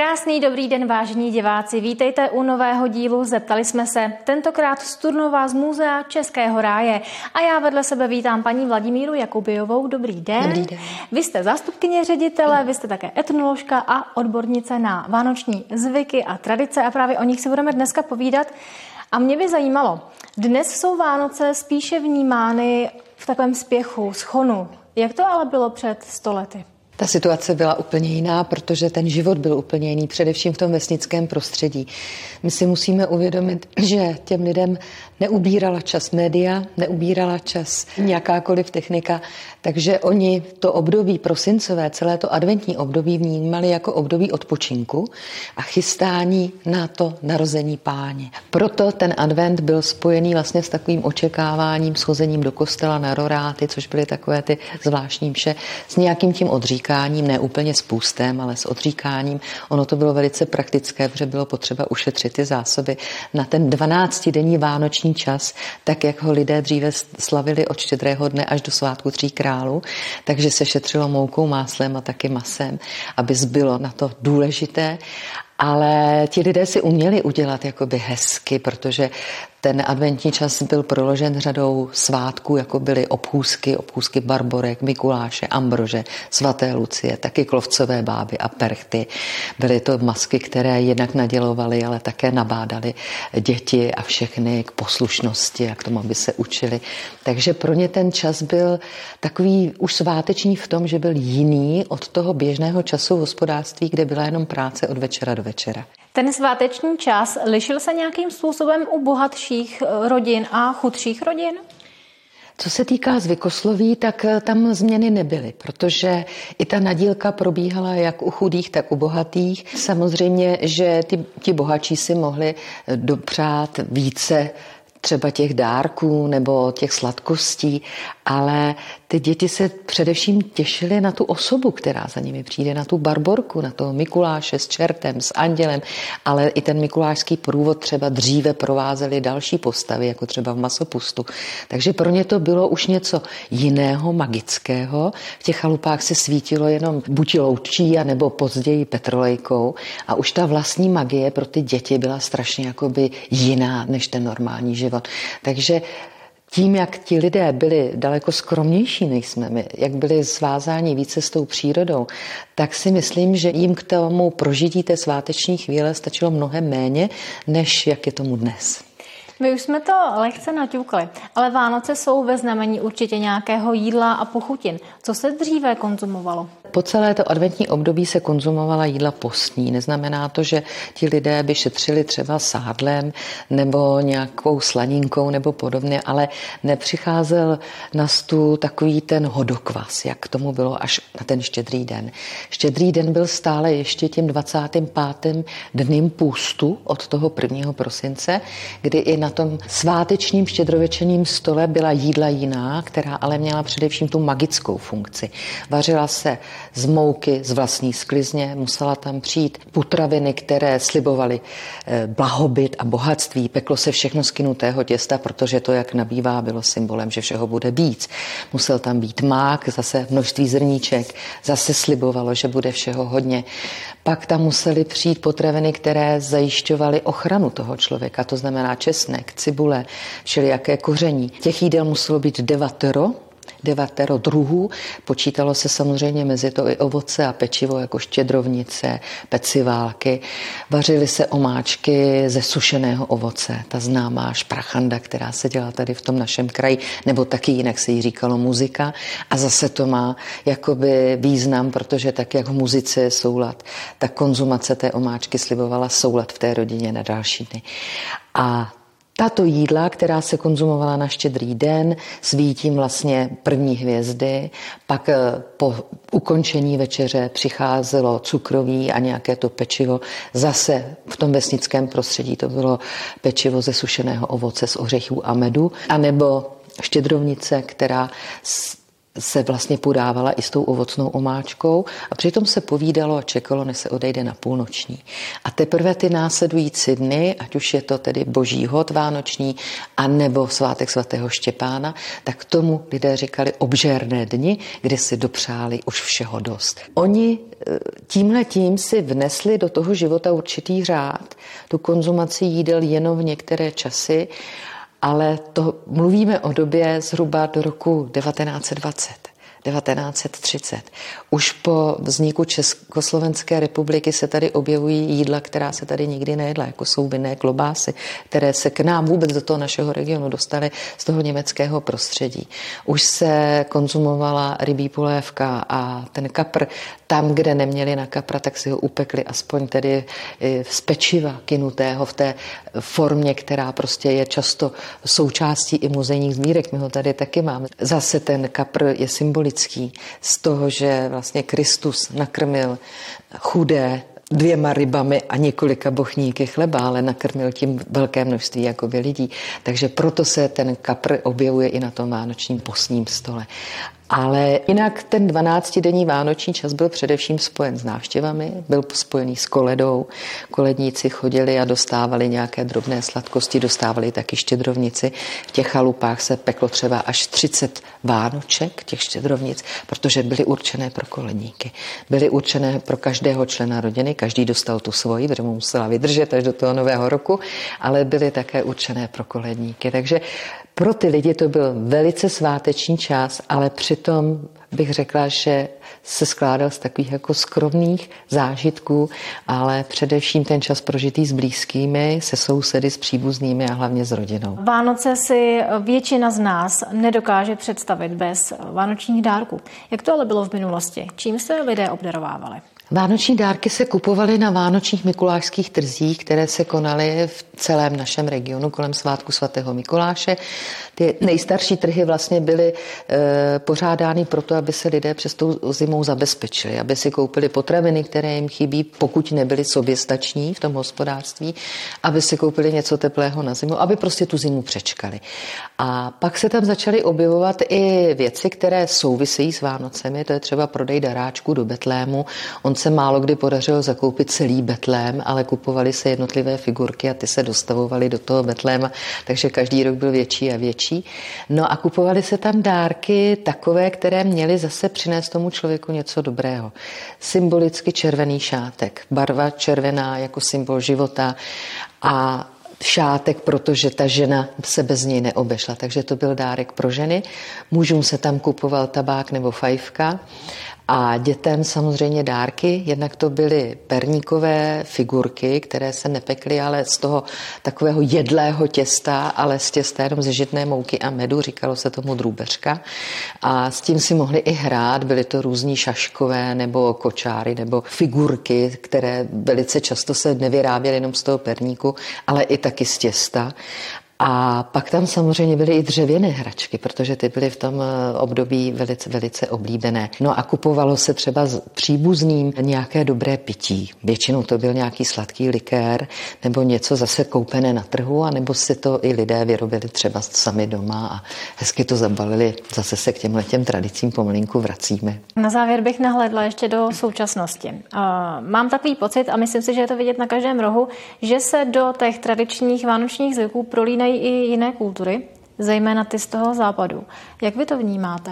Krásný dobrý den, vážení diváci. Vítejte u nového dílu Zeptali jsme se. Tentokrát z Turnova z Muzea Českého ráje. A já vedle sebe vítám paní Vladimíru Jakubějovou. Dobrý den. Dobrý den. Vy jste zástupkyně ředitele, vy jste také etnoložka a odbornice na vánoční zvyky a tradice a právě o nich si budeme dneska povídat. A mě by zajímalo, dnes jsou Vánoce spíše vnímány v takovém spěchu, schonu. Jak to ale bylo před 100 lety? Ta situace byla úplně jiná, protože ten život byl úplně jiný, především v tom vesnickém prostředí. My si musíme uvědomit, že těm lidem neubírala čas média, neubírala čas jakákoliv technika, takže oni to období prosincové, celé to adventní období vnímali jako období odpočinku a chystání na to narození Páně. Proto ten advent byl spojený vlastně s takovým očekáváním, schozením do kostela na roráty, což byly takové ty zvláštní mše, s nějakým tím odříkáním, ne úplně s půstem, ale s odříkáním. Ono to bylo velice praktické, protože bylo potřeba ušetřit ty zásoby na ten 12denní vánoční čas, tak jak ho lidé dříve slavili od Štědrého dne až do svátku Tří králů, takže se šetřilo moukou, máslem a taky masem, aby zbylo na to důležité. Ale ti lidé si uměli udělat jakoby hezky, protože ten adventní čas byl proložen řadou svátků, jako byly obchůzky Barborek, Mikuláše, Ambrože, svaté Lucie, taky klovcové báby a perchty. Byly to masky, které jednak nadělovaly, ale také nabádaly děti a všechny k poslušnosti a k tomu, aby se učili. Takže pro ně ten čas byl takový už sváteční v tom, že byl jiný od toho běžného času v hospodářství, kde byla jenom práce od večera do večera. Ten sváteční čas lišil se nějakým způsobem u bohatších rodin a chudších rodin? Co se týká zvykosloví, tak tam změny nebyly, protože i ta nadílka probíhala jak u chudých, tak u bohatých. Samozřejmě, že ti bohatší si mohli dopřát více třeba těch dárků nebo těch sladkostí, ale ty děti se především těšily na tu osobu, která za nimi přijde, na tu Barborku, na toho Mikuláše s čertem, s andělem, ale i ten mikulášský průvod třeba dříve provázely další postavy, jako třeba v Masopustu. Takže pro ně to bylo už něco jiného, magického. V těch chalupách se svítilo jenom buď loučí, anebo později petrolejkou a už ta vlastní magie pro ty děti byla strašně jakoby jiná než ten normální život. Takže tím, jak ti lidé byli daleko skromnější než jsme my, jak byli svázáni více s tou přírodou, tak si myslím, že jim k tomu prožití té sváteční chvíle stačilo mnohem méně, než jak je tomu dnes. My už jsme to lehce naťukli, ale Vánoce jsou ve znamení určitě nějakého jídla a pochutin. Co se dříve konzumovalo? Po celé to adventní období se konzumovala jídla postní. Neznamená to, že ti lidé by šetřili třeba sádlem nebo nějakou slaninkou nebo podobně, ale nepřicházel na stůl takový ten hodokvas, jak tomu bylo až na ten Štědrý den. Štědrý den byl stále ještě tím 25. dnem půstu od toho 1. prosince, kdy i na tom svátečním štědrovečerním stole byla jídla jiná, která ale měla především tu magickou funkci. Vařila se z mouky, z vlastní sklizně, musela tam přijít potraviny, které slibovaly blahobyt a bohatství. Peklo se všechno z kynutého těsta, protože to, jak nabývá, bylo symbolem, že všeho bude víc. Musel tam být mák, zase množství zrníček, zase slibovalo, že bude všeho hodně. Pak tam musely přijít potraviny, které zajišťovaly ochranu toho člověka, to znamená česnek, cibule, všelijaké koření. Těch jídel muselo být 9 druhů. Počítalo se samozřejmě mezi to i ovoce a pečivo, jako štědrovnice, peciválky. Vařily se omáčky ze sušeného ovoce, ta známá šprachanda, která se dělá tady v tom našem kraji, nebo taky jinak se jí říkalo muzika. A zase to má jakoby význam, protože tak, jak v muzice je soulad, tak konzumace té omáčky slibovala soulad v té rodině na další dny. A tato jídla, která se konzumovala na Štědrý den, svítím vlastně první hvězdy, pak po ukončení večeře přicházelo cukroví a nějaké to pečivo. Zase v tom vesnickém prostředí to bylo pečivo ze sušeného ovoce, z ořechů a medu, anebo štědrovnice, která se vlastně podávala i s tou ovocnou omáčkou a přitom se povídalo a čekalo, než se odejde na půlnoční. A teprve ty následující dny, ať už je to tedy Boží hod vánoční, a nebo svátek svatého Štěpána, tak tomu lidé říkali obžerné dni, kdy si dopřáli už všeho dost. Oni tímhletím si vnesli do toho života určitý řád, tu konzumaci jídel jenom v některé časy, ale to mluvíme o době zhruba do roku 1920. 1930. Už po vzniku Československé republiky se tady objevují jídla, která se tady nikdy nejedla, jako jsou vinné klobásy, které se k nám vůbec do toho našeho regionu dostaly z toho německého prostředí. Už se konzumovala rybí polévka a ten kapr. Tam, kde neměli na kapra, tak si ho upekli aspoň tedy z pečiva kynutého v té formě, která prostě je často součástí i muzejních sbírek. My ho tady taky máme. Zase ten kapr je symbolický z toho, že vlastně Kristus nakrmil chudé 2 rybami a několika bochníky chleba, ale nakrmil tím velké množství jakoby lidí. Takže proto se ten kapr objevuje i na tom vánočním postním stole. Ale jinak ten 12denní vánoční čas byl především spojen s návštěvami, byl spojený s koledou. Koledníci chodili a dostávali nějaké drobné sladkosti, dostávali taky štědrovnici. V těch chalupách se peklo třeba až 30 vánoček, těch štědrovnic, protože byly určené pro koledníky. Byly určené pro každého člena rodiny, každý dostal tu svoji, protože mu musela vydržet až do toho nového roku, ale byly také určené pro koledníky. Takže pro ty lidi to byl velice sváteční čas, ale přitom bych řekla, že se skládal z takových jako skromných zážitků, ale především ten čas prožitý s blízkými, se sousedy, s příbuznými a hlavně s rodinou. Vánoce si většina z nás nedokáže představit bez vánočních dárků. Jak to ale bylo v minulosti? Čím se lidé obdarovávali? Vánoční dárky se kupovaly na vánočních mikulášských trzích, které se konaly v celém našem regionu kolem svátku svatého Mikuláše. Ty nejstarší trhy vlastně byly pořádány proto, aby se lidé přes tou zimou zabezpečili, aby si koupili potraviny, které jim chybí, pokud nebyli soběstační v tom hospodářství, aby si koupili něco teplého na zimu, aby prostě tu zimu přečkali. A pak se tam začaly objevovat i věci, které souvisejí s Vánocemi, to je třeba prodej daráčků do Betlému. On se málo kdy podařilo zakoupit celý Betlém, ale kupovaly se jednotlivé figurky a ty se dostavovaly do toho Betléma, takže každý rok byl větší a větší. No a kupovaly se tam dárky takové, které měly zase přinést tomu člověku něco dobrého. Symbolicky červený šátek, barva červená jako symbol života a šátek, protože ta žena se bez něj neobešla, takže to byl dárek pro ženy. Mužům se tam kupoval tabák nebo fajfka a dětem samozřejmě dárky, jednak to byly perníkové figurky, které se nepekly, ale z toho takového jedlého těsta, ale z těsta jenom ze žitné mouky a medu, říkalo se tomu drůbeřka. A s tím si mohli i hrát, byly to různí šaškové nebo kočáry nebo figurky, které velice často se nevyráběly jenom z toho perníku, ale i taky z těsta. A pak tam samozřejmě byly i dřevěné hračky, protože ty byly v tom období velice, velice oblíbené. No a kupovalo se třeba s příbuzným nějaké dobré pití. Většinou to byl nějaký sladký likér nebo něco zase koupené na trhu, anebo si to i lidé vyrobili třeba sami doma a hezky to zabalili. Zase se k těmhletěm tradicím pomalinku vracíme. Na závěr bych nahlédla ještě do současnosti. Mám takový pocit, a myslím si, že je to vidět na každém rohu, že se do těch tradičních vánočních zvyků prolínají i jiné kultury, zejména ty z toho západu. Jak vy to vnímáte?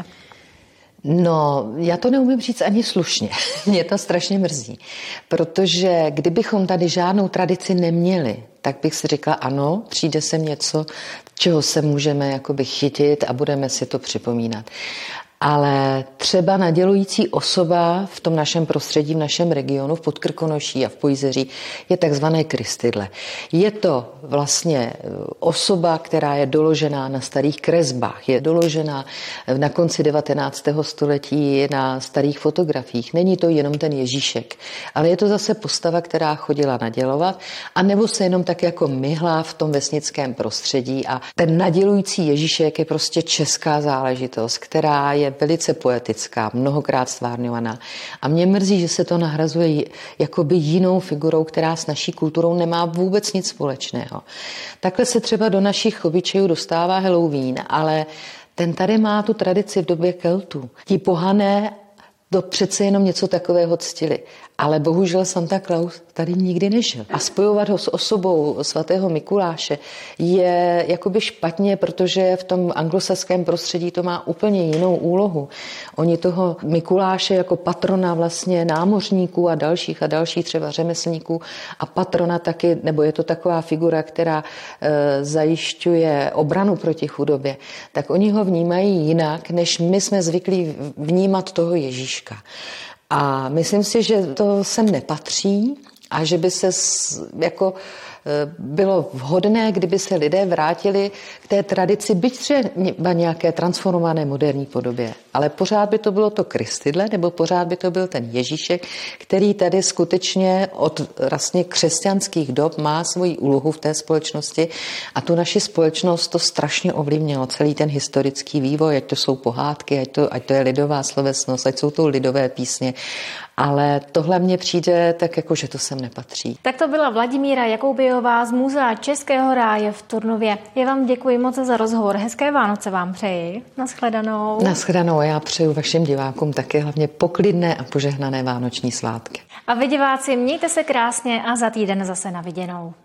No, já to neumím říct ani slušně. Mě to strašně mrzí, protože kdybychom tady žádnou tradici neměli, tak bych si řekla ano, přijde sem něco, čeho se můžeme jakoby chytit a budeme si to připomínat. Ale třeba nadělující osoba v tom našem prostředí, v našem regionu, v Podkrkonoší a v Pojzeří je takzvané krystydle. Je to vlastně osoba, která je doložená na starých kresbách, je doložená na konci 19. století na starých fotografiích. Není to jenom ten Ježíšek, ale je to zase postava, která chodila nadělovat, anebo se jenom tak jako myhlá v tom vesnickém prostředí a ten nadělující Ježíšek je prostě česká záležitost, která je velice poetická, mnohokrát stvárňovaná. A mě mrzí, že se to nahrazuje jakoby jinou figurou, která s naší kulturou nemá vůbec nic společného. Takhle se třeba do našich obyčejů dostává Halloween, ale ten tady má tu tradici v době Keltů. Ti pohané to přece jenom něco takového ctili. Ale bohužel Santa Claus tady nikdy nežil. A spojovat ho s osobou svatého Mikuláše je jakoby špatně, protože v tom anglosaském prostředí to má úplně jinou úlohu. Oni toho Mikuláše jako patrona vlastně námořníků a dalších třeba řemeslníků a patrona taky, nebo je to taková figura, která zajišťuje obranu proti chudobě, tak oni ho vnímají jinak, než my jsme zvyklí vnímat toho Ježíška. A myslím si, že to sem nepatří a že by se jako bylo vhodné, kdyby se lidé vrátili k té tradici, byť třeba nějaké transformované moderní podobě. Ale pořád by to bylo to Kristydle, nebo pořád by to byl ten Ježíšek, který tady skutečně od vlastně křesťanských dob má svoji úlohu v té společnosti a tu naši společnost to strašně ovlivnilo, celý ten historický vývoj, ať to jsou pohádky, ať to je lidová slovesnost, ať jsou to lidové písně. Ale tohle mně přijde tak, jako že to sem nepatří. Tak to byla Vladimíra Jakoubějová z Muzea Českého ráje v Turnově. Já vám děkuji moc za rozhovor. Hezké Vánoce vám přeji. Naschledanou. Naschledanou a já přeju vašim divákům také hlavně poklidné a požehnané vánoční svátky. A vy diváci, mějte se krásně a za týden zase na viděnou.